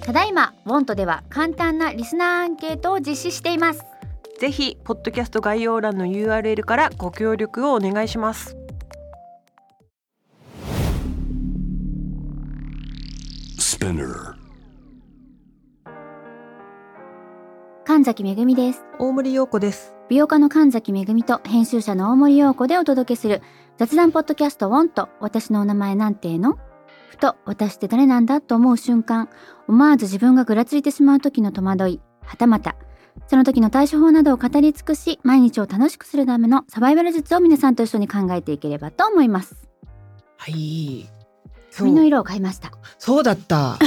ただいまウォントでは簡単なリスナーアンケートを実施しています。 ぜひポッドキャスト概要欄の URL からご協力をお願いします。 神崎めぐみです。 大森陽子です。 美容家の神崎めぐみと編集者の大森陽子でお届けする雑談ポッドキャストウォント。私のお名前なんていうの？ふと私って誰なんだと思う瞬間、思わず自分がぐらついてしまう時の戸惑い、はたまたその時の対処法などを語り尽くし、毎日を楽しくするためのサバイバル術を皆さんと一緒に考えていければと思います。 はい、 髪の色を変えました。 そうだった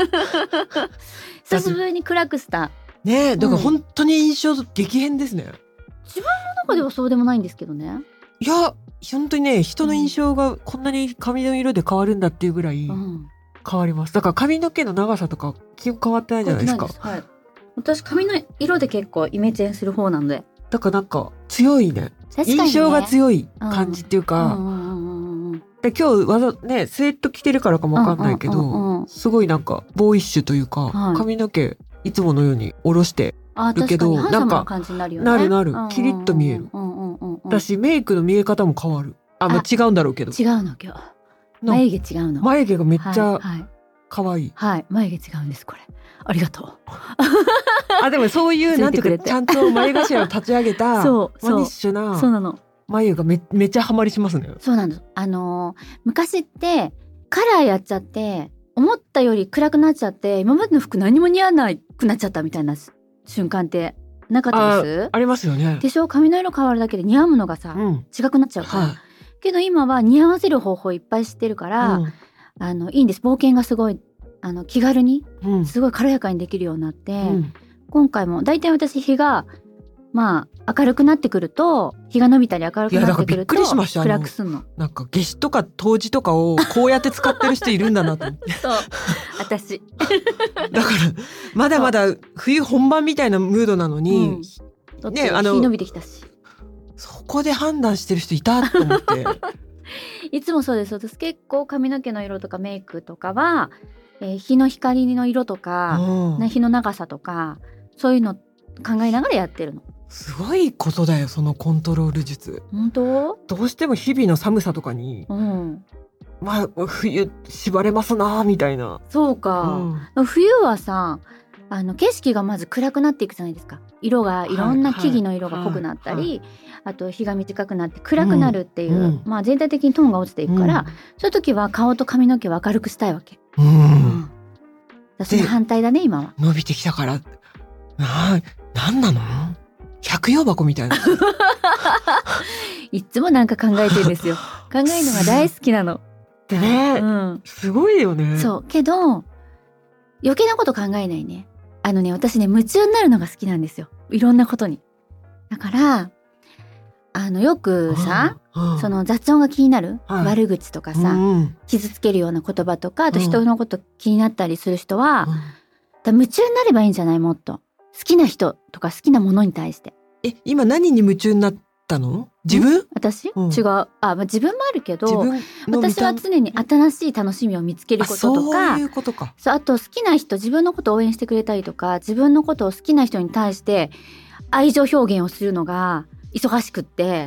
久しぶりに暗くしたねえ、だから本当に印象激変ですね。 自分の中ではそうでもないんですけどね。 いや本当にね、人の印象がこんなに髪の色で変わるんだっていうぐらい変わります。だから髪の毛の長さとか基本変わってないじゃないですか。 はい、私髪の色で結構イメチェンする方なので、 だからなんか強いね、印象が強い感じっていうか、で今日わざねスウェット着てるからかもわかんないけど、すごいなんかボーイッシュというか、髪の毛いつものように下ろしてるけど、なんかなるキリッと見える。私メイクの見え方も変わる。まあ、違うんだろうけど。 違うの今日。眉毛違うの。 眉毛がめっちゃ可愛い。 はい、眉毛違うんですこれ。ありがとう。 でもそういうなんていうかちゃんと眉頭を立ち上げたマニッシュな。 そうなの。 眉がめっちゃハマりしますね。 そうなんです。昔ってカラーやっちゃって思ったより暗くなっちゃって、今までの服何も似合わなくなっちゃったみたいな瞬間ってなかったです？ ありますよね。 でしょ。髪の色変わるだけで似合うものがさ、違くなっちゃうから、けど今は似合わせる方法いっぱい知ってるから、いいんです。冒険がすごい気軽に、すごい軽やかにできるようになって、今回もだいたい私日がまあ明るくなってくると、日が伸びたり明るくなってくると暗くすんの。 なんか夏至とか冬至とかをこうやって使ってる人いるんだなと思ってそう私だからまだまだ冬本番みたいなムードなのに、 ね、日伸びてきたし、 そこで判断してる人いたと思っていつもそうです。私結構髪の毛の色とかメイクとかは、日の光の色とか、日の長さとかそういうの考えながらやってるの。 すごいことだよ、そのコントロール術。 本当？ どうしても日々の寒さとかに、まあ冬縛れますなみたいな。 そうか、冬はさ景色がまず暗くなっていくじゃないですか。色がいろんな木々の色が濃くなったり、あと日が短くなって暗くなるっていう、まあ全体的にトーンが落ちていくから、そういう時は顔と髪の毛を明るくしたいわけ。その反対だね今は。伸びてきたからなんなの百葉箱みたいな。 いつもなんか考えてるんですよ。考えるのが大好きなの。 でね、すごいよね。 そうけど余計なこと考えないね。私ね夢中になるのが好きなんですよ。いろんなことに。だからよくさ、その雑音が気になる、悪口とかさ、傷つけるような言葉とか、あと人のこと気になったりする人は、夢中になればいいんじゃない。もっと好きな人とか好きなものに対して。 今何に夢中になったの？自分？ 私？違う。自分もあるけど、私は常に新しい楽しみを見つけることとか、 そういうことか。 そう、あと好きな人、自分のことを応援してくれたりとか、自分のことを好きな人に対して愛情表現をするのが忙しくって、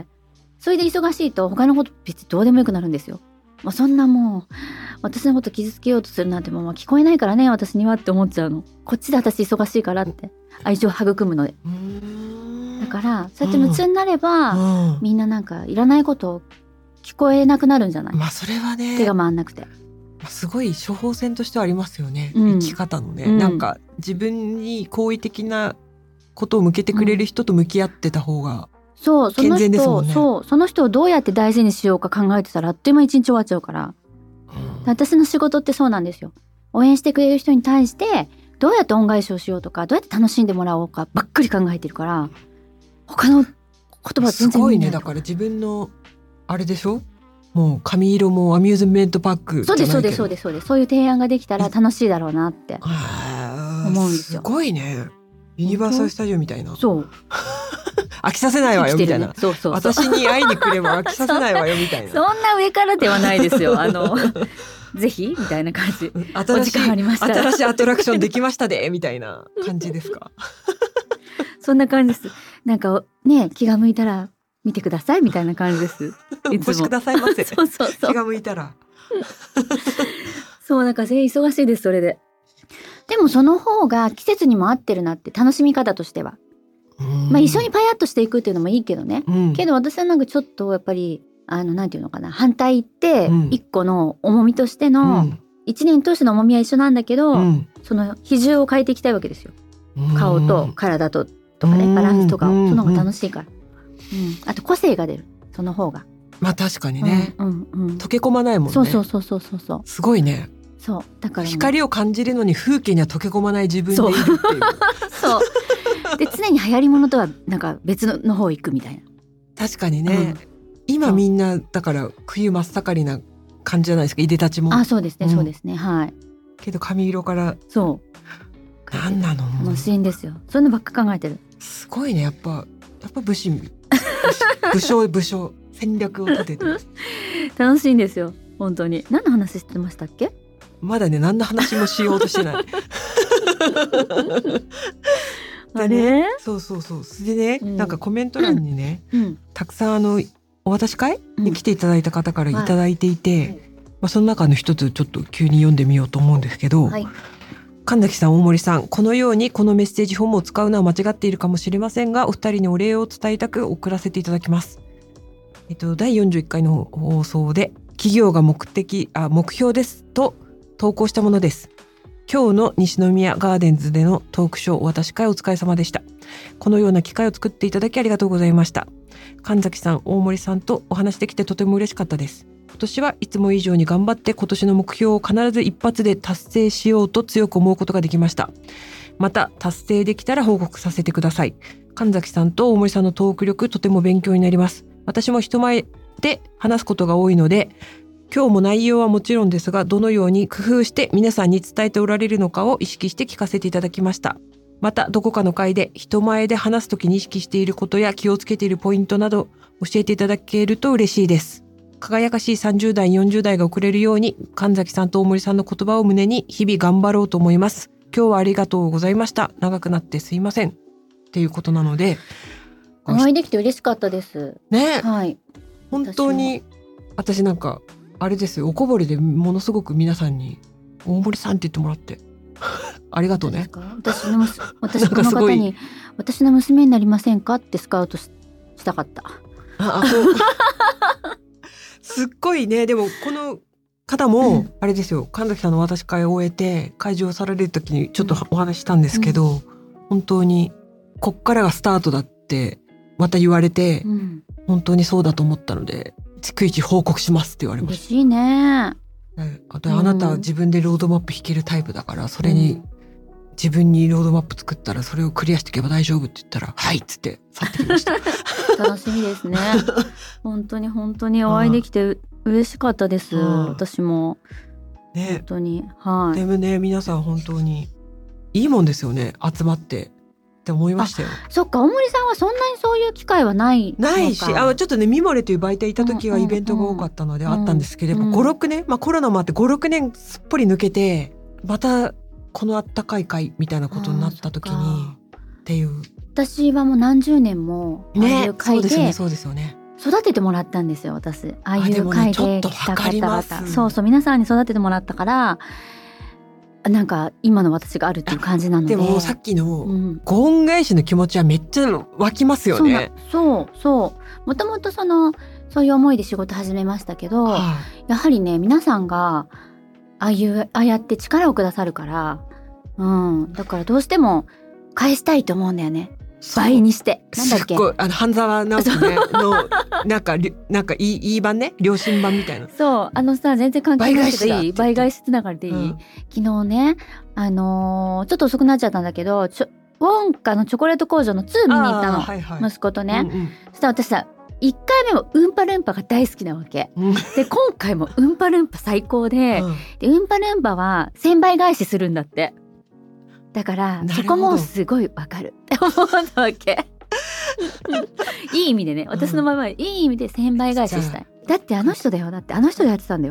それで忙しいと他のこと別にどうでもよくなるんですよ。そんなもう私のこと傷つけようとするなんてもう聞こえないからね私にはって思っちゃうの。こっちで私忙しいからって愛情を育むので。だからそうやって夢中になれば、みんななんかいらないこと聞こえなくなるんじゃない？ それはね、 手が回んなくてすごい処方箋としてはありますよね、生き方のね、なんか自分に好意的なことを向けてくれる人と向き合ってた方が健全ですもんね。 その人をどうやって大事にしようか考えてたらあっという間に一日終わっちゃうから、私の仕事ってそうなんですよ。応援してくれる人に対してどうやって恩返しをしようとか、どうやって楽しんでもらおうかばっかり考えてるから、他の言葉全然すごいね。だから自分のあれでしょ、もう髪色もアミューズメントパックじゃないけど、 そうですそういう提案ができたら楽しいだろうなって思うんですよ。 すごいね。ユニバーサルスタジオみたいな。 そう飽きさせないわよみたいな、私に会いに来れば飽きさせないわよみたいなそんな上からではないですよ。 ぜひみたいな感じ。 新しいアトラクションできましたでみたいな感じですか？ そんな感じです。なんかね、気が向いたら見てくださいみたいな感じです。 お越しくださいませ。 そう気が向いたら。 そう、なんか全員忙しいです、それで。でもその方が季節にも合ってるなって、楽しみ方としては。まあ一緒にパヤッとしていくっていうのもいいけどね。けど私はなんかちょっとやっぱりなんていうのかな、反対って一個の重みとしての、一年通しての重みは一緒なんだけど、その比重を変えていきたいわけですよ。顔と体とかね、バランスとかを、その方が楽しいから。あと個性が出る、その方が。 まあ確かにね、溶け込まないもんね。 そう。 すごいね。 そうだから光を感じるのに風景には溶け込まない自分でいるっていう。 そうで、常に流行り物とはなんか別の方行くみたいな。 確かにね、今みんなだから冬真っ盛りな感じじゃないですか、いでたちも。 そうですね、そうですね、はい。 けど髪色からなんなの、 もうシーンですよ。そういうのばっか考えてる。 すごいね、やっぱ武将戦略を立てて楽しいんですよ本当に。何の話してましたっけ？ まだね、何の話もしようとしてない。 あれ？ そうそれでね、なんかコメント欄にね、たくさんお渡し会に来ていただいた方からいただいていて、その中の一つちょっと急に読んでみようと思うんですけど、神崎さん、大森さん、このようにこのメッセージフォームを使うのは間違っているかもしれませんが、お二人にお礼を伝えたく送らせていただきます。第41回の放送で企業が目標ですと投稿したものです。今日の西宮ガーデンズでのトークショーお渡し会お疲れ様でした。このような機会を作っていただきありがとうございました。神崎さん、大森さんとお話できてとても嬉しかったです。今年はいつも以上に頑張って今年の目標を必ず一発で達成しようと強く思うことができました。また達成できたら報告させてください。神崎さんと大森さんのトーク力、とても勉強になります。私も人前で話すことが多いので、今日も内容はもちろんですが、どのように工夫して皆さんに伝えておられるのかを意識して聞かせていただきました。またどこかの回で人前で話すときに意識していることや気をつけているポイントなど教えていただけると嬉しいです。輝かしい30代40代が送れるように、神崎さんと大森さんの言葉を胸に日々頑張ろうと思います。今日はありがとうございました。長くなってすいませんっていうことなので、 お会いできて嬉しかったですね。 はい、 本当に私なんかあれですよ、おこぼれでものすごく皆さんに大森さんって言ってもらってありがとうね。 私この方に私の娘になりませんかってスカウトしたかった。 そうすっごいね。でもこの方もあれですよ、神崎さんのお渡し会を終えて会場される時にちょっとお話したんですけど、本当にこっからがスタートだってまた言われて、本当にそうだと思ったので逐一報告しますって言われました。 嬉しいね。 あなたは自分でロードマップ引けるタイプだから、それに自分にロードマップ作ったらそれをクリアしていけば大丈夫って言ったらはいっつって去ってきました楽しみですね。本当にお会いできて嬉しかったです。私もね、本当に。はい。 でもね、皆さん本当にいいもんですよね、集まってって思いましたよ。 そっか、大森さんはそんなにそういう機会はないし、ちょっとね、ミモレという媒体いた時はイベントが多かったのであったんですけど、5、6年、コロナもあって5、6年すっぽり抜けて、またこのあったかい会みたいなことになった時にっていう。 私はもう何十年もああいう会でそうですよね、 育ててもらったんですよ、私。ああいう会で来た方々、そう皆さんに育ててもらったから、なんか今の私があるっていう感じなので。 でもさっきのご恩返しの気持ちはめっちゃ湧きますよね。 そうもともとそういう思いで仕事始めましたけど、やはりね、皆さんがああやって力をくださるから、だからどうしても返したいと思うんだよね。倍にして。なんだっけ、 すっごい半沢直樹ねのなんかいい版ね、両親版みたいな。 そうさ、全然関係ないけどいい、倍返しつながりでいい、昨日ね、ちょっと遅くなっちゃったんだけど、ウォンカのチョコレート工場の2見に行ったの、息子とね。そしたら私さ、1回目もウンパルンパが大好きなわけ、で今回もウンパルンパ最高で、ウンパルンパは1000倍返しするんだって。だからそこもすごいわかるって思ったわけいい意味でね、私の場合はいい意味で1000倍返ししたい。だってあの人だよ、だってあの人がやってたんだよ。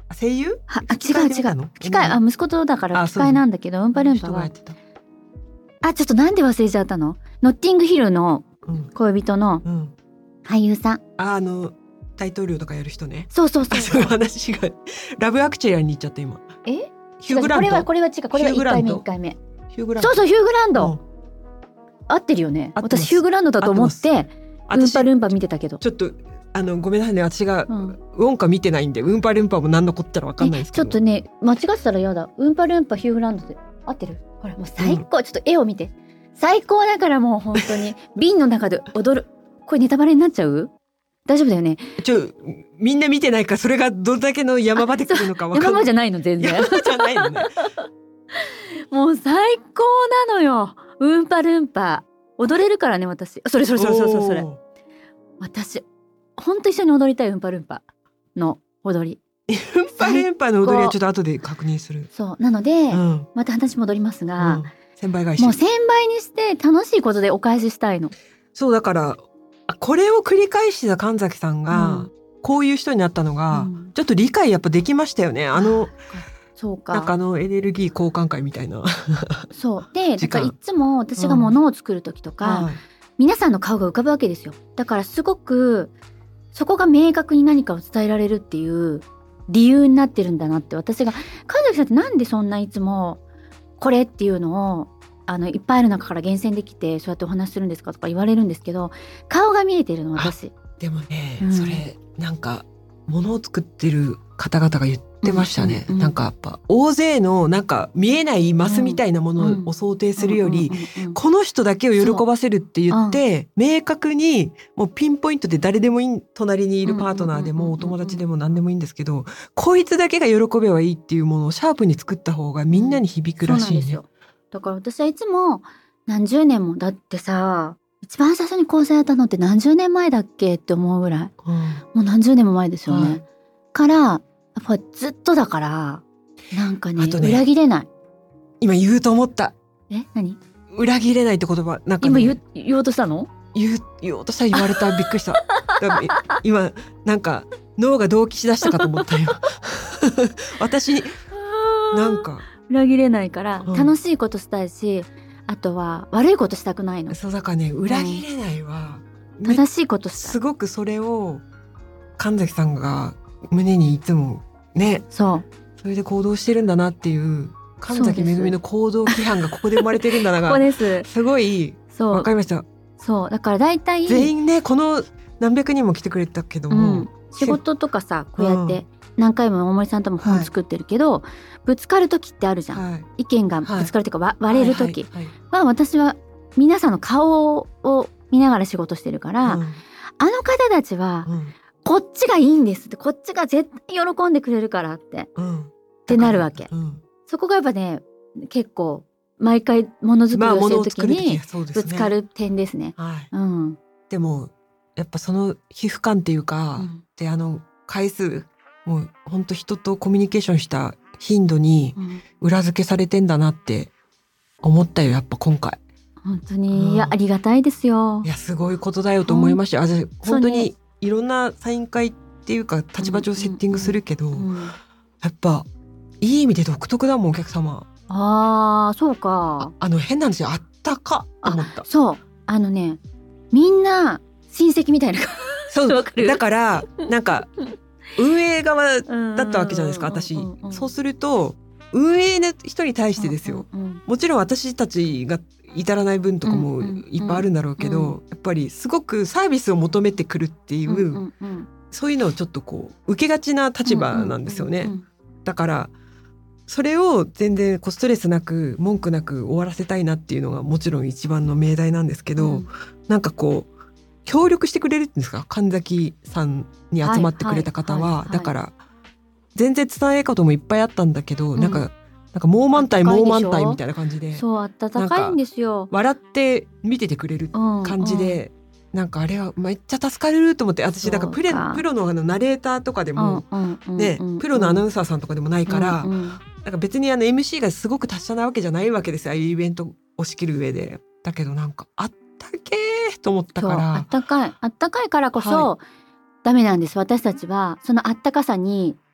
声優？ 違う吹き替え、息子とだから吹き替えなんだけど、ウンパルンパはちょっとなんで忘れちゃったの？ノッティングヒルの恋人の俳優さん、 大統領とかやる人ね。 そう話がラブアクチュアリに行っちゃった今。ヒューグランド。 これは違う、これは1回目。 ヒューグランド。 そうヒューグランド、合ってるよね。私ヒューグランドだと思ってウンパルンパ見てたけど、 ちょっとごめんなさいね、私がウォンカ見てないんで、ウンパルンパも何のこったら分かんないですけど、 ちょっとね間違ってたらやだ。ウンパルンパヒューグランドで合ってる？ほらもう最高、ちょっと絵を見て、最高だからもう本当に瓶の中で踊る。これネタバレになっちゃう？大丈夫だよね。 みんな見てないから、それがどれだけの山場で来るのか分かんない。 山場じゃないの全然。 山場じゃないのね。 もう最高なのよウンパルンパ。踊れるからね私。それ。私ほんと一緒に踊りたい、ウンパルンパの踊り。 ウンパルンパの踊りはちょっと後で確認する。 そうなので、また話戻りますが、 1000倍返し。 もう1000倍にして楽しいことでお返ししたいの。 そうだからこれを繰り返した神崎さんが、こういう人になったのが、ちょっと理解やっぱできましたよね。 そうか。 なんかエネルギー交換会みたいな。 そうで、だからいつも私が物を作る時とか、皆さんの顔が浮かぶわけですよ。だからすごくそこが明確に何かを伝えられるっていう理由になってるんだなって。私が神崎さんってなんでそんないつもこれっていうのをいっぱいある中から厳選できてそうやってお話しするんですかとか言われるんですけど、顔が見えてるの私。 でもね、それなんか物を作ってる方々が言ってましたね。なんかやっぱ大勢のなんか見えないマスみたいなものを想定するより、この人だけを喜ばせるって言って、明確にもうピンポイントで誰でもいい、隣にいるパートナーでもお友達でも何でもいいんですけど、こいつだけが喜べばいいっていうものをシャープに作った方がみんなに響くらしいね。そうなんですよ。 だから私はいつも何十年も、だってさ一番最初に交際やったのって何十年前だっけって思うぐらい、もう何十年も前ですよね。からやっぱずっとだからなんかね、裏切れない。 今言うと思った。 何？ 裏切れないって言葉なんか、 今言おうとしたの？ 言おうとしたら言われた。びっくりした。今なんか脳が同期しだしたかと思ったよ。私なんか裏切れないから楽しいことしたいし、あとは悪いことしたくないの。 そうだからね、裏切れないは、 正しいことしたい。 すごくそれを神崎さんが胸にいつもね、それで行動してるんだなっていう、神崎めぐみの行動規範がここで生まれてるんだながここです。すごいわかりました。 そうだから大体全員ね、この何百人も来てくれたけども、 仕事とかさこうやって何回も大森さんとも本作ってるけど、ぶつかる時ってあるじゃん、意見がぶつかるというか、割れる時は、私は皆さんの顔を見ながら仕事してるから、あの方たちはこっちがいいんですって、こっちが絶対喜んでくれるからって、ってなるわけ、そこがやっぱね結構毎回ものづくりをしてる時にぶつかる点ですね。 でもやっぱその皮膚感っていうか、で回数もう本当人とコミュニケーションした頻度に裏付けされてんだなって思ったよ、やっぱ今回。 本当に、いやありがたいですよ。 いやすごいことだよと思いました。本当にいろんなサイン会っていうか立場上セッティングするけど、やっぱいい意味で独特だもん、お客様。 そうか。 変なんですよ、あったかと思った。 そうみんな親戚みたいな。 そうだからなんか運営側だったわけじゃないですか、私。そうすると運営の人に対してですよ、もちろん私たちが至らない分とかもいっぱいあるんだろうけど、やっぱりすごくサービスを求めてくるっていう、そういうのをちょっとこう受けがちな立場なんですよね。だからそれを全然ストレスなく文句なく終わらせたいなっていうのがもちろん一番の命題なんですけど、なんかこう協力してくれるんですか、神崎さんに集まってくれた方は。だから全然伝え方もいっぱいあったんだけど、なんかもう満体みたいな感じで、 そう温かいんですよ。 笑って見ててくれる感じで、なんかあれはめっちゃ助かると思って。私だからプロのナレーターとかでもね、プロのアナウンサーさんとかでもないから、なんか別にMC がすごく達者なわけじゃないわけですよ、ああいうイベントを仕切る上で。だけどなんかあったけーと思ったから。あったかいからこそ、ダメなんです。私たちはそのあったかさに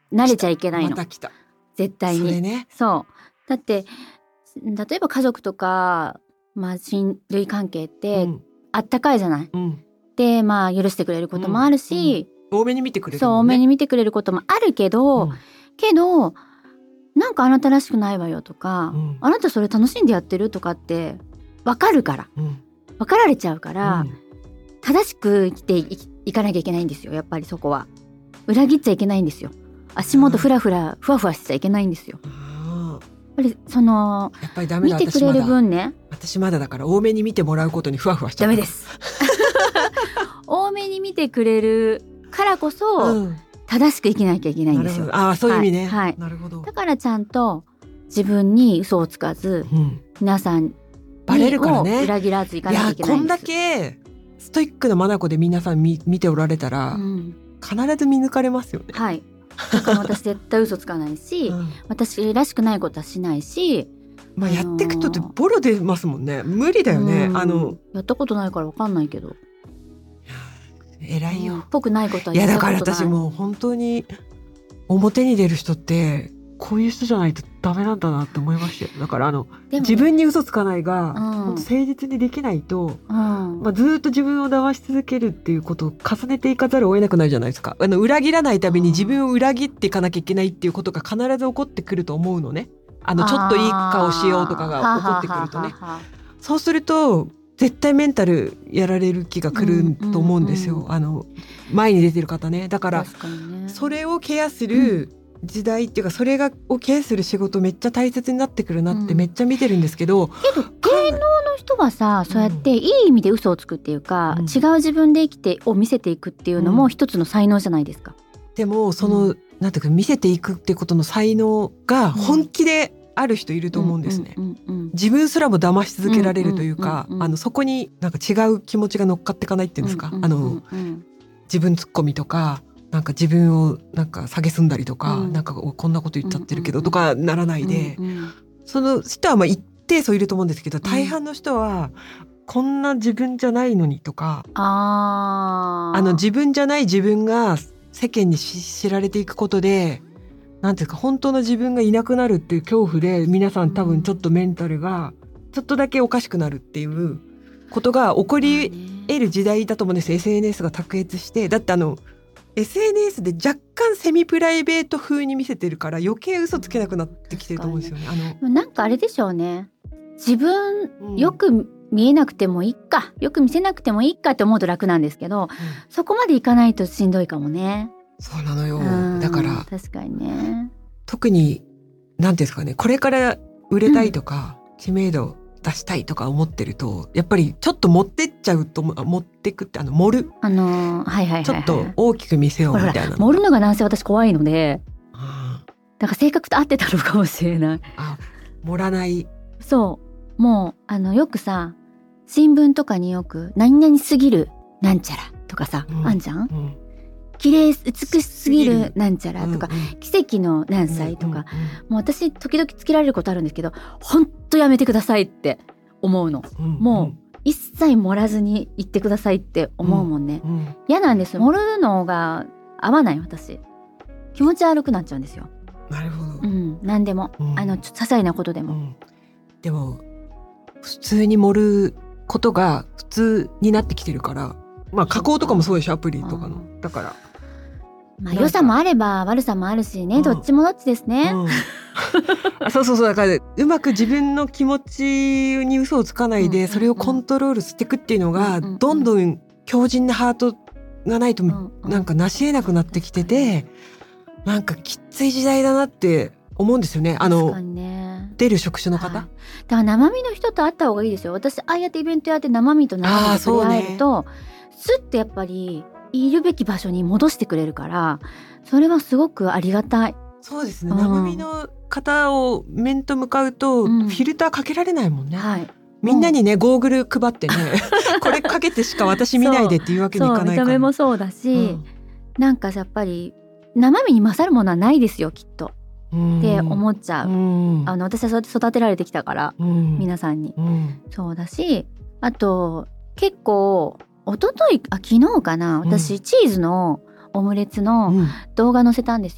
慣れちゃいけないの、 また来た絶対に。 それね。 そうだって例えば家族とか、親類関係ってあったかいじゃない、で許してくれることもあるし、 多めに見てくれるそう多めに見てくれることもあるけど、なんかあなたらしくないわよとか、あなたそれ楽しんでやってるとかって分かるから、分かられちゃうから、正しく生きていかなきゃいけないんですよ。やっぱりそこは裏切っちゃいけないんですよ。足元ふわふわしちゃいけないんですよ。やっぱりダメだ、見てくれる分ね。 私まだだから多めに見てもらうことにふわふわしちゃう。 ダメです多めに見てくれるからこそ、正しく生きなきゃいけないんですよ。 そういう意味ね、 なるほど。だからちゃんと自分に嘘をつかず、皆さんバレるからね、 裏切らずいかなきゃいけないんです。 こんだけストイックな眼で皆さん見ておられたら、必ず見抜かれますよね。 だから私絶対嘘つかないし、私らしくないことはしないし、 やっていくとってボロ出ますもんね。無理だよね。 やったことないから分かんないけど。 偉いよ。 ぽくないことは言ったことない。 だから私もう本当に表に出る人ってこういう人じゃないとダメなんだなって思いましたよ。だから自分に嘘つかないが、誠実にできないと、ずっと自分を騙し続けるっていうことを重ねていかざるを得なくないじゃないですか。裏切らないために自分を裏切っていかなきゃいけないっていうことが必ず起こってくると思うのね。ちょっといい顔しようとかが起こってくるとね。そうすると絶対メンタルやられる気がくると思うんですよ。前に出てる方ね。だからそれをケアする時代っていうか、それをケアする仕事めっちゃ大切になってくるなってめっちゃ見てるんですけど、 けど芸能の人はさ、そうやっていい意味で嘘をつくっていうか、違う自分で生きてを見せていくっていうのも一つの才能じゃないですか。 でもなんていうか、見せていくってことの才能が本気である人いると思うんですね。自分すらも騙し続けられるというか、そこになんか違う気持ちが乗っかっていかないっていうんですか、自分ツッコミとか、なんか自分をなんか蔑んだりとか、なんかこんなこと言っちゃってるけどとかならないで、その人は一定数いると思うんですけど、大半の人はこんな自分じゃないのにとか、自分じゃない自分が世間に知られていくことで、なんていうか、本当の自分がいなくなるっていう恐怖で、皆さん多分ちょっとメンタルがちょっとだけおかしくなるっていうことが起こり得る時代だと思うんです。SNS が卓越して、だってSNS で若干セミプライベート風に見せてるから余計嘘つけなくなってきてると思うんですよね。 なんかあれでしょうね。自分、よく見えなくてもいいか、よく見せなくてもいいかって思うと楽なんですけど、そこまでいかないとしんどいかもね。 そうなのよ。だから確かにね。 特になんていうんですかね、これから売れたいとか、知名度出したいとか思ってると、やっぱりちょっと持ってっちゃうと、持ってくって盛る、ちょっと大きく見せようみたいな。 盛るのがなんせ私怖いので、だから性格と合ってたのかもしれない。 盛らない。 そうもうよくさ、新聞とかによく何々すぎるなんちゃらとかさ、あんじゃん。綺麗美しすぎるなんちゃらとか、奇跡の何歳とか、もう私時々つけられることあるんですけど、ほんとやめてくださいって思うの。もう一切盛らずに言ってくださいって思うもんね。嫌なんですよ。盛るのが合わない。私気持ち悪くなっちゃうんですよ。 なるほど。 何でも、些細なことでも、 でも普通に盛ることが普通になってきてるから、加工とかもそうでしょ、アプリとかの。だから良さもあれば悪さもあるしね、どっちもどっちですね。 そうだからうまく自分の気持ちに嘘をつかないで、それをコントロールしていくっていうのが、どんどん強靭なハートがないとなんか成し得なくなってきてて、なんかきつい時代だなって思うんですよね。 確かにね。 出る職種の方、 だから生身の人と会った方がいいですよ。私ああやってイベントやって生身と生身で触れ合えると、スッてやっぱりいるべき場所に戻してくれるから、それはすごくありがたい。 そうですね、生身の方を面と向かうと、フィルターかけられないもんね。みんなにね、ゴーグル配ってねこれかけてしか私見ないでっていうわけにいかないから。 見た目もそうだし、なんかやっぱり生身に勝るものはないですよきっとって思っちゃう。私はそうやって育てられてきたから、皆さんに、そうだし、あと結構昨日かな、私チーズのオムレツの動画載せたんですよ。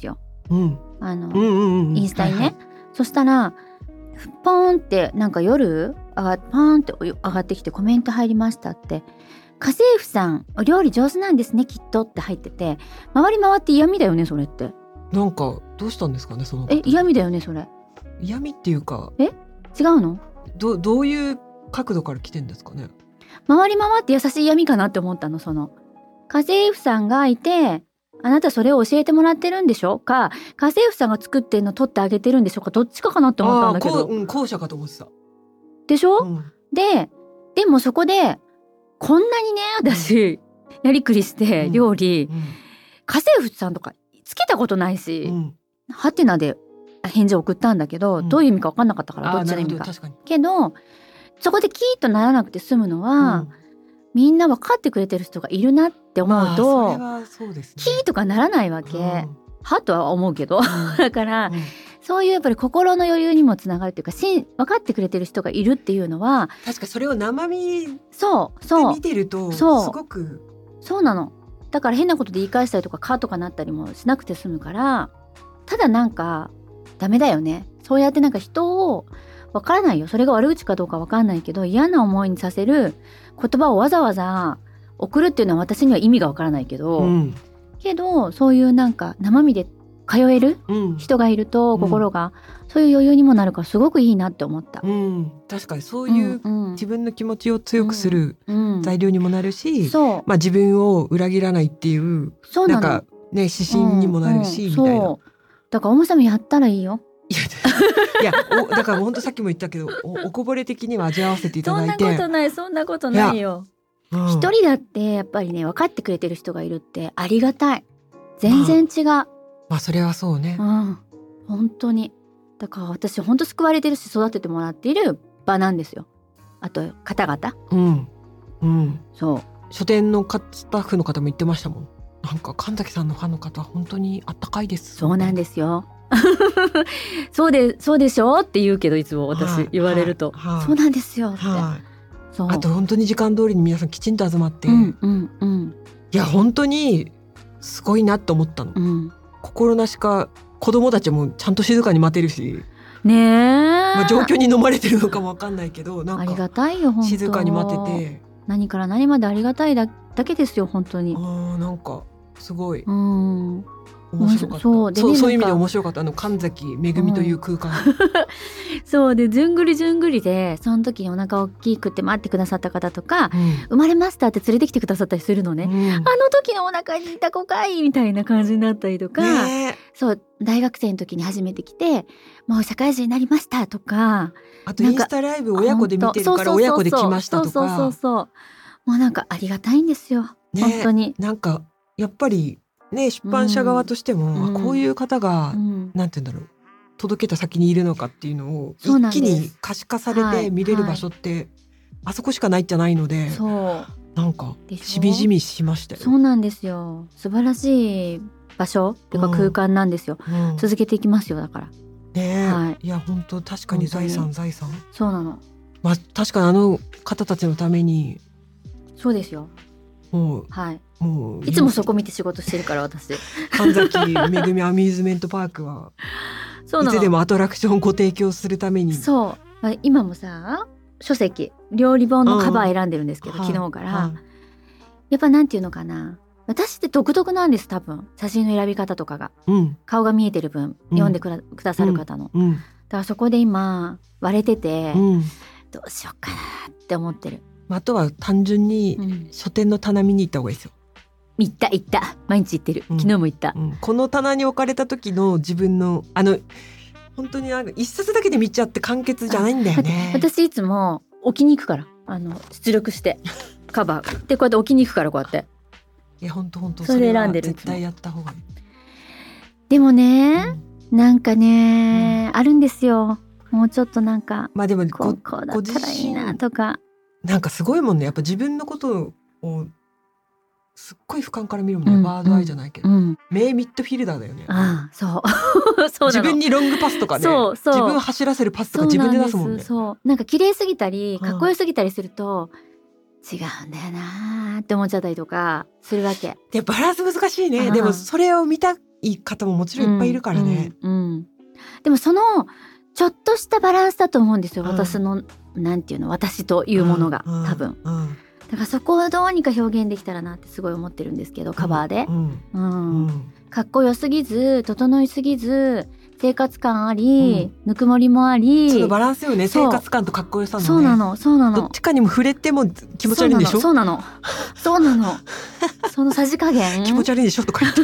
インスタにね、はいはい、そしたらポーンってなんか夜パーンって上がってきてコメント入りましたって、家政婦さんお料理上手なんですねきっとって入ってて、回り回って嫌味だよねそれって。 なんかどうしたんですかねその方。 嫌味だよねそれ。 嫌味っていうか違うの？ どういう角度から来てんですかね。 回り回って優しい嫌味かなって思ったの。その家政婦さんがいてあなたそれを教えてもらってるんでしょか、家政婦さんが作ってるの取ってあげてるんでしょうか、どっちかなって思ったんだけど。 後者かと思ってたでしょ、でもそこでこんなにね私、やりくりして料理、家政婦さんとかつけたことないし、ハテナで返事を送ったんだけど、どういう意味か分かんなかったから、どっちの意味か。けどそこでキーッとならなくて済むのは、みんな分かってくれてる人がいるなって思うと、 そうですね、 キーとかならないわけ、はとは思うけど、だから、そういうやっぱり心の余裕にもつながるっていうか、分かってくれてる人がいるっていうのは、 確かそれを生身で見てるとすごくそうなの。だから変なことで言い返したりとかカーとかなったりもしなくて済むから。ただなんかダメだよね、そうやってなんか人をわからないよ、それが悪口かどうかわかんないけど嫌な思いにさせる言葉をわざわざ送るっていうのは私には意味がわからないけど、けどそういうなんか生身で通える人がいると心が、そういう余裕にもなるからすごくいいなって思った。 確かにそういう自分の気持ちを強くする材料にもなるし、自分を裏切らないっていうなんかね指針にもなるし、みたいな。 だからおもさんもやったらいいよ。 いやだから本当さっきも言ったけど おこぼれ的には味わわせていただいて。 そんなことないよ。一人だってやっぱりね分かってくれてる人がいるってありがたい。全然違う。 それはそうね。 本当に。だから私本当救われてるし育ててもらっている場なんですよ。あと方々。そう書店のスタッフの方も言ってましたもん。なんか神崎さんのファンの方は本当にあったかいです。 そうなんですよ。そうでしょって言うけど、いつも私言われると、そうなんですよって。 あと本当に時間通りに皆さんきちんと集まって、いや本当にすごいなって思ったの。心なしか子供たちもちゃんと静かに待てるしね、状況に飲まれてるのかも分かんないけど、なんかありがたいよ本当。静かに待てて何から何までありがたいだけですよ本当に。 なんかすごい面白かった。そういう意味で面白かった。神崎めぐみという空間、 そうでずんぐりでその時にお腹大きくて待ってくださった方とか、生まれましたって連れてきてくださったりするのね、あの時のお腹にいた子かいみたいな感じになったりとか、そう大学生の時に初めて来てもう社会人になりましたとか、 あとインスタライブ親子で見てるから親子で来ましたとか、 もうなんかありがたいんですよ、本当に。 なんかやっぱりね、出版社側としても、こういう方が、なんて言うんだろう、届けた先にいるのかっていうのを一気に可視化されて見れる場所って、あそこしかないんじゃないので、なんかしみじみしましたよ。 そうなんですよ。素晴らしい場所っていうか空間なんですよ、続けていきますよだからね。いや本当確かに財産そうなの。 確かにあの方たちのために。 そうですよ。 もういつもそこ見て仕事してるから私。 神崎めぐみアミューズメントパークはいつでもアトラクションをご提供するために。 今もさ書籍料理本のカバー選んでるんですけど、昨日から、やっぱなんていうのかな、私って独特なんです多分写真の選び方とかが、顔が見えてる分、読んでくださる方の、だからそこで今割れてて、どうしようかなって思ってる。 あとは単純に書店の棚見に行った方がいいですよ。 行った毎日行ってる、昨日も行った、 この棚に置かれた時の自分の本当に一冊だけで見ちゃって完結じゃないんだよね。 私いつも置きに行くから出力してカバーでこうやって置きに行くから、こうやって。 いや本当それ選んでる。 絶対やった方がいい。 でもね、なんかね、あるんですよ。もうちょっとなんかでもこうだったらいいなとか。 なんかすごいもんね、やっぱ自分のことをすっごい俯瞰から見るもんね、バードアイじゃないけど、名ミッドフィルダーだよね。 そう自分にロングパスとかね、自分を走らせるパスとか自分で出すもんね。 なんか綺麗すぎたりかっこよすぎたりすると、違うんだよなって思っちゃったりとかするわけ。 でバランス難しいね。でもそれを見たい方ももちろんいっぱいいるからね、 でもそのちょっとしたバランスだと思うんですよ、私のなんていうの、私というものが、多分、だからそこはどうにか表現できたらなってすごい思ってるんですけど、カバーで、かっこよすぎず整いすぎず生活感あり、ぬくもりもあり、 そのバランスよね、生活感とかっこよさのね。 そうなのどっちかにも触れても気持ち悪いんでしょ。 そうなのそのさじ加減気持ち悪いんでしょとか言って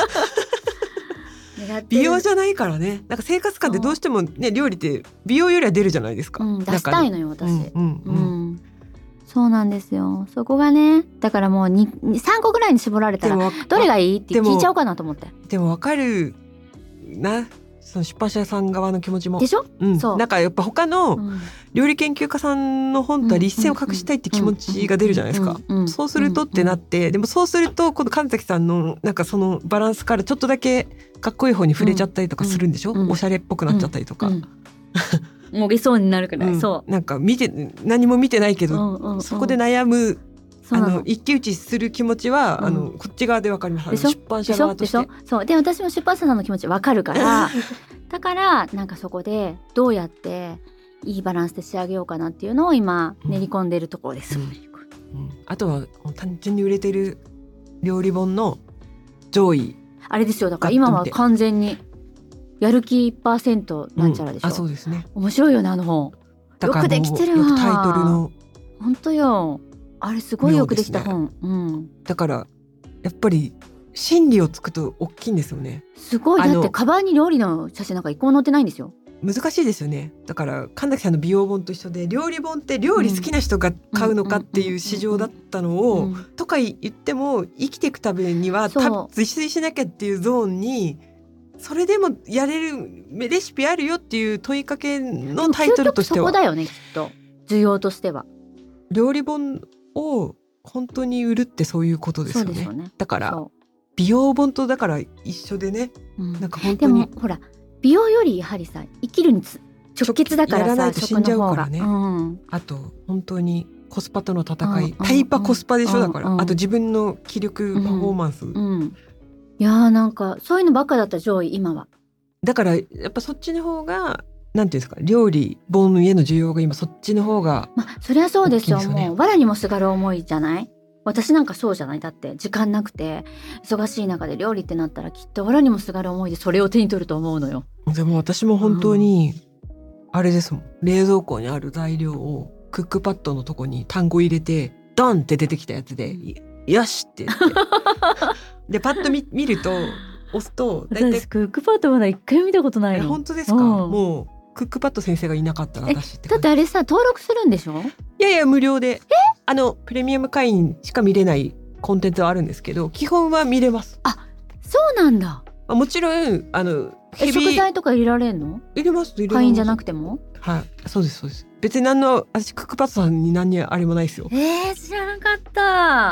美容じゃないからね。なんか生活感ってどうしてもね、料理って美容よりは出るじゃないですか、 出したいのよ私。そうなんですよ。そこがね、だからもう3個ぐらいに絞られたらどれがいいって聞いちゃおうかなと思って。 でも分かるな、その出版社さん側の気持ちも。 でしょ、そうなんかやっぱ他の料理研究家さんの本とは一線を画したいって気持ちが出るじゃないですか。そうするとってなって、でもそうすると今度神崎さんのなんかそのバランスからちょっとだけかっこいい方に触れちゃったりとかするんでしょ、おしゃれっぽくなっちゃったりとか、 もげそうになるくらい、そうなんか何も見てないけど、そこで悩む一騎打ちする気持ちは、こっち側で分かります。出版社側として。 そうで、私も出版社さんの気持ち分かるからだからなんかそこでどうやっていいバランスで仕上げようかなっていうのを今練り込んでるところです、 あとは単純に売れてる料理本の上位あれですよ。だから今は完全にやる気 1% なんちゃらでしょ、 そうですね。 面白いよね、あの本。よくできてるわ。 タイトルの本当よ、あれすごいよくできた本、 だからやっぱり心理をつくと大きいんですよね。 すごい。だってカバーに料理の写真なんか一個も載ってないんですよ。 難しいですよね。だから神崎さんの美容本と一緒で、料理本って料理好きな人が買うのかっていう市場だったのを、とか言っても生きていくためには自炊しなきゃっていうゾーンに、それでもやれるレシピあるよっていう問いかけのタイトルとしては、 そこだよね、きっと需要としては。 料理本を本当に売るってそういうことですよね。だから美容本とだから一緒でね、なんか本当にでもほら美容よりやはりさ、生きるに直結だからさ、 やらないと死んじゃうからね、あと本当にコスパとの戦い、タイパコスパでしょ。だから、あと自分の気力パフォーマンス、 いやなんかそういうのばっかだった上位今は。 だからやっぱそっちの方がなんていうんですか、料理本への需要が今そっちの方が、 そりゃそうですよ。もう藁にもすがる思いじゃない。私なんかそうじゃない。だって時間なくて忙しい中で料理ってなったらきっと藁にもすがる思いでそれを手に取ると思うのよ。 でも私も本当にあれですもん、冷蔵庫にある材料をクックパッドのとこに単語入れてドンって出てきたやつで、よしって言ってでパッと見ると押すと大体クックパッドまだ一回も見たことないの。 本当ですか、もうクックパッド先生がいなかったら私って。 だってあれさ登録するんでしょ。 いやいや無料で、プレミアム会員しか見れないコンテンツはあるんですけど、基本は見れます。 あ、そうなんだ。 もちろん食材とか入れられんの？ 入れます。 会員じゃなくても？ はい、そうですそうです。別に私クックパッドさんに何にあれもないですよ。 知らなかった。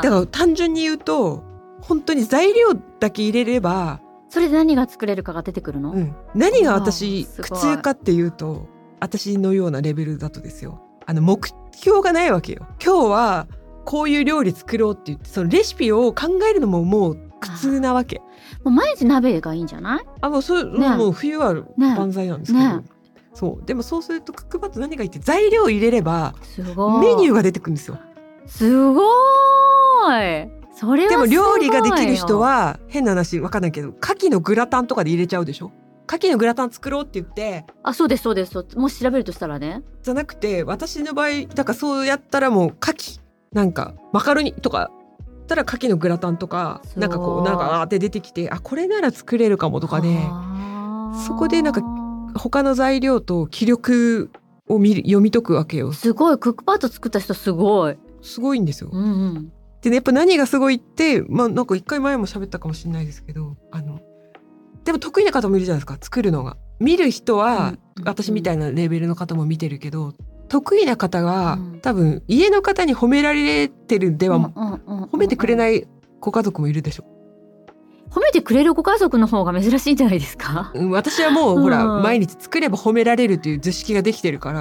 だから単純に言うと本当に材料だけ入れれば、 それで何が作れるかが出てくるの？ 何が私苦痛かっていうと、私のようなレベルだとですよ、目標がないわけよ。今日はこういう料理作ろうって言って、そのレシピを考えるのももう苦痛なわけ。 もう毎日鍋がいいんじゃない？ もう冬は万歳なんですけど、そうでもそうするとクックパッド何がいいって、材料入れればメニューが出てくるんですよ。 すごい。それはすごいよ。 でも料理ができる人は変な話わかんないけど、牡蠣のグラタンとかで入れちゃうでしょ。牡蠣のグラタン作ろうって言って、 そうですそうです。もし調べるとしたらね。 じゃなくて、私の場合だからそうやったらもう牡蠣なんかマカロニとかたら牡蠣のグラタンとかなんかこうなんかって出てきて、これなら作れるかもとかで、そこでなんか他の材料と気力を読み解くわけよ。 すごい。クックパッド作った人すごいんですよ。でね、やっぱ何がすごいって、なんか一回前も喋ったかもしれないですけど、でも得意な方もいるじゃないですか、作るのが。見る人は、私みたいなレベルの方も見てるけど、得意な方が、多分家の方に褒められてるでは、褒めてくれないご家族もいるでしょ。 褒めてくれるご家族の方が珍しいんじゃないですか？ 私はもうほら、毎日作れば褒められるという図式ができてるから。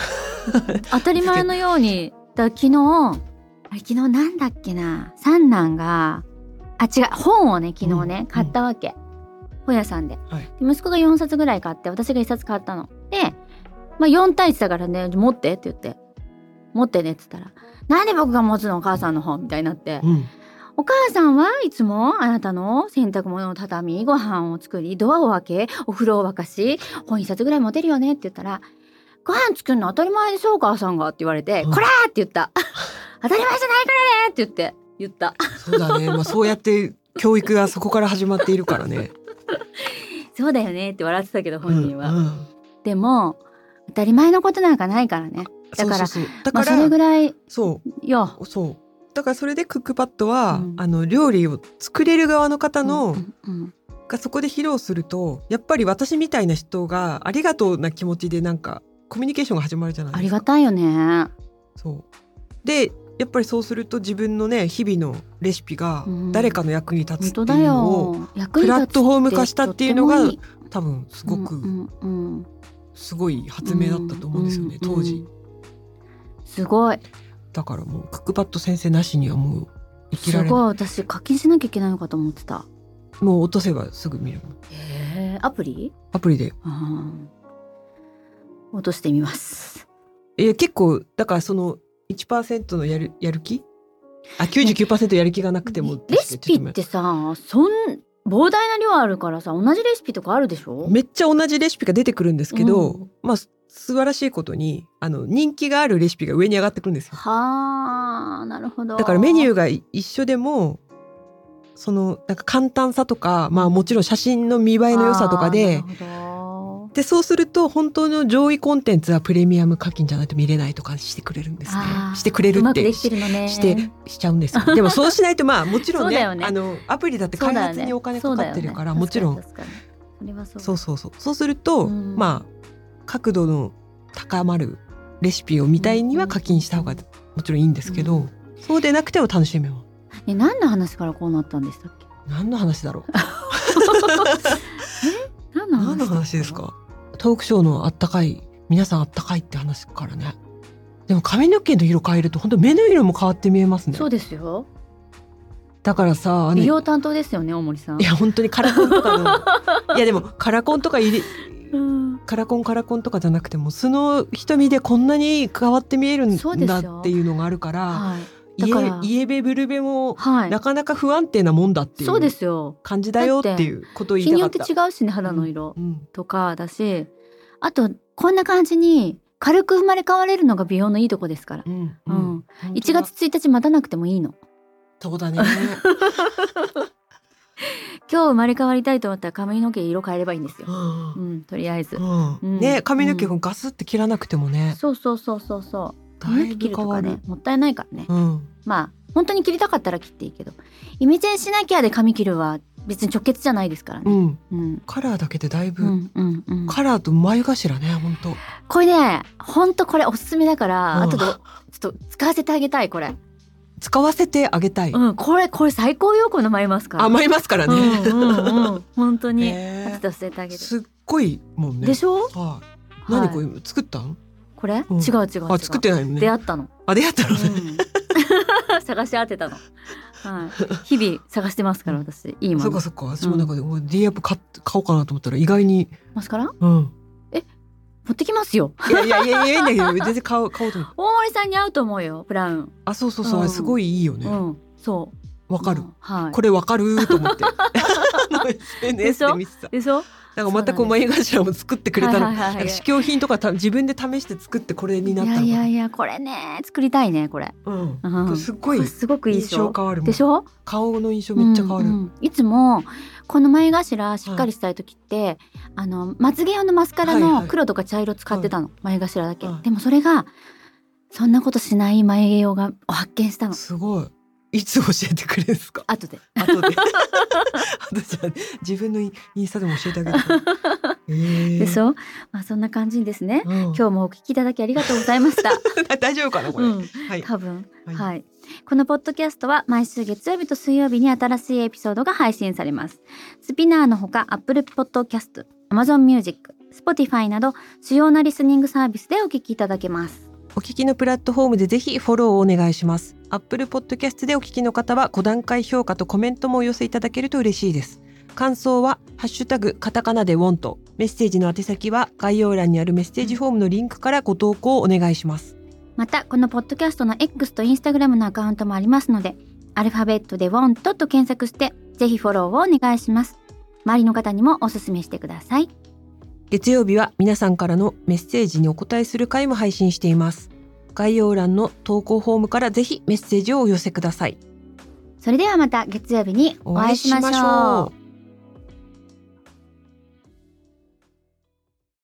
当たり前のように。昨日なんだっけな、三男が違う、本をね昨日ね、買ったわけ、本屋さんで、で息子が4冊ぐらい買って私が1冊買ったので、4対1だからね、持ってって言って、持ってねって言ったら、なんで僕が持つのお母さんの本みたいになって、お母さんはいつもあなたの洗濯物を畳み、ご飯を作り、ドアを開け、お風呂を沸かし、本1冊ぐらい持てるよねって言ったら、ご飯作るの当たり前でしょお母さんがって言われて、こらーって言った。当たり前じゃないからねって言った。 そうだね、そうやって教育がそこから始まっているからね。 そうだよねって笑ってたけど本人は、でも当たり前のことなんかないからね。だからそれぐらいだからそれでクックパッドは、料理を作れる側の方の、がそこで披露すると、やっぱり私みたいな人がありがとうな気持ちでなんかコミュニケーションが始まるじゃないですか。 ありがたいよね。 そうでやっぱりそうすると自分のね日々のレシピが誰かの役に立つっていうのをプラットフォーム化したっていうのが多分すごくすごい発明だったと思うんですよね、当時。 すごい。 だからもうクックパッド先生なしにはもう生きられない。 すごい、私課金しなきゃいけないのかと思ってた。 もう落とせばすぐ見るの。 アプリで、落としてみます。 結構だからその 1% のやる気99% やる気がなくても、 レシピってさ、膨大な量あるからさ、同じレシピとかあるでしょ。 めっちゃ同じレシピが出てくるんですけど、素晴らしいことに人気があるレシピが上に上がってくるんですよ。 はあ、なるほど。 だからメニューが一緒でもそのなんか簡単さとか、もちろん写真の見栄えの良さとかでそうすると本当の上位コンテンツはプレミアム課金じゃないと見れないとかしてくれるんですね。してくれるってしちゃうんですよ。でもそうしないともちろんねアプリだって開発にお金かかってるから、もちろんそうすると、角度の高まるレシピを見たいには課金した方がもちろんいいんですけど、そうでなくても楽しめます。 何の話からこうなったんでしたっけ。 何の話だろう。 何の話ですか。トークショーのあったかい、皆さんあったかいって話からね。でも髪の毛の色変えると本当目の色も変わって見えますね。 そうですよ。 だからさ、 美容担当ですよね、大森さん。 いや本当にカラコンとかのいやでもカラコンとかカラコンとかじゃなくても素の瞳でこんなに変わって見えるんだっていうのがあるから、イエベブルベもなかなか不安定なもんだっていう感じだよっていうことを言いたかった。 日によって違うしね、肌の色とかだし、あとこんな感じに軽く生まれ変われるのが美容のいいとこですから。1月1日待たなくてもいいの。 そうだね。 今日生まれ変わりたいと思ったら髪の毛色変えればいいんですよ。とりあえず。 ね、髪の毛ガスって切らなくてもね。 そう。髪の毛切るとかね、もったいないからね。本当に切りたかったら切っていいけど、イメチェンしなきゃで髪切るは別に直結じゃないですからね。 カラーだけでだいぶ、カラーと眉頭ね、本当。 これね、本当これおすすめだから、後でちょっと使わせてあげたい。これ使わせてあげたい。 これ最高よ、この舞いますから。 舞いますからね。 本当に後で教えてあげる。 すっごいもんね。 でしょ。 何これ作ったの？ これ？違う。 作ってないのね。 出会ったのね。探し当てたの。日々探してますから私。いいもの。 そっか。私もなんかDアップ買おうかなと思ったら意外に。 マスカラ？持ってきますよ。 いやいいんだけど全然買おうと思って。 大森さんに合うと思うよ、ブラウン。 そう、すごいいいよね。 そう。 わかる。これわかると思って。SNS で見てた。 でしょ。 なんかまた眉頭も作ってくれたの。試供品とか自分で試して作ってこれになったの。 いやこれね作りたいねこれ。 すごくいい印象変わるもん。 でしょ。 顔の印象めっちゃ変わる。 いつもこの眉頭しっかりしたい時ってまつげ用のマスカラの黒とか茶色使ってたの、眉頭だけ。でもそれがそんなことしない眉毛用が発見したの。 すごい。いつ教えてくれるんですか？ 後であとじゃあ自分のインスタでも教えてあげて。 でしょ。そんな感じですね。今日もお聞きいただきありがとうございました。 大丈夫かなこれ。 多分。このポッドキャストは毎週月曜日と水曜日に新しいエピソードが配信されます。スピナーのほか Apple Podcast、Amazon Music、Spotify など主要なリスニングサービスでお聞きいただけます。 お聞きのプラットフォームでぜひフォローをお願いします。 Apple Podcast でお聞きの方は5段階評価とコメントもお寄せいただけると嬉しいです。感想はハッシュタグカタカナでwant、メッセージの宛先は概要欄にあるメッセージフォームのリンクからご投稿をお願いします。 またこのポッドキャストの X と Instagram のアカウントもありますので、アルファベットで want と検索してぜひフォローをお願いします。周りの方にもおすすめしてください。 月曜日は皆さんからのメッセージにお答えする回も配信しています。概要欄の投稿フォームからぜひメッセージをお寄せください。 それではまた月曜日にお会いしましょう。